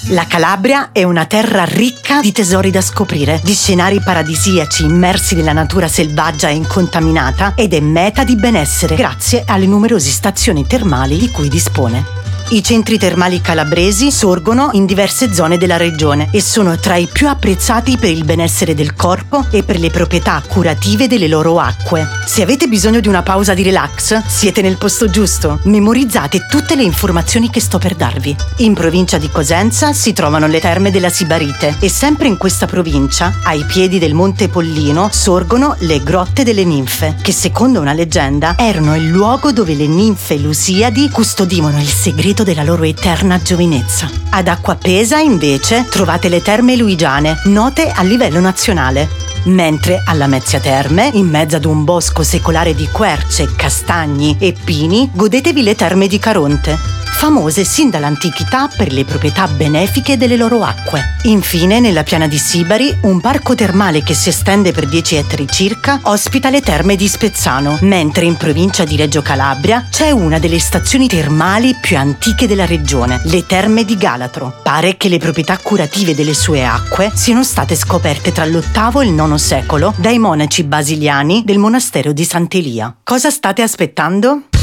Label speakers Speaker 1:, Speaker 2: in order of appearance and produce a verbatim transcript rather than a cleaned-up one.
Speaker 1: La Calabria è una terra ricca di tesori da scoprire, di scenari paradisiaci immersi nella natura selvaggia e incontaminata, ed è meta di benessere grazie alle numerose stazioni termali di cui dispone. I centri termali calabresi sorgono in diverse zone della regione e sono tra i più apprezzati per il benessere del corpo e per le proprietà curative delle loro acque. Se avete bisogno di una pausa di relax, siete nel posto giusto. Memorizzate tutte le informazioni che sto per darvi. In provincia di Cosenza si trovano le terme della Sibarite e sempre in questa provincia, ai piedi del Monte Pollino, sorgono le Grotte delle Ninfe, che secondo una leggenda erano il luogo dove le ninfe Lusiadi custodivano il segreto della loro eterna giovinezza. Ad Acquapesa, invece, trovate le Terme Luigiane, note a livello nazionale. Mentre a Lamezia Terme, in mezzo ad un bosco secolare di querce, castagni e pini, godetevi le Terme di Caronte, famose sin dall'antichità per le proprietà benefiche delle loro acque. Infine, nella piana di Sibari, un parco termale che si estende per dieci ettari circa ospita le Terme di Spezzano, mentre in provincia di Reggio Calabria c'è una delle stazioni termali più antiche della regione, le Terme di Galatro. Pare che le proprietà curative delle sue acque siano state scoperte tra l'ottavo e il nono secolo dai monaci basiliani del monastero di Sant'Elia. Cosa state aspettando?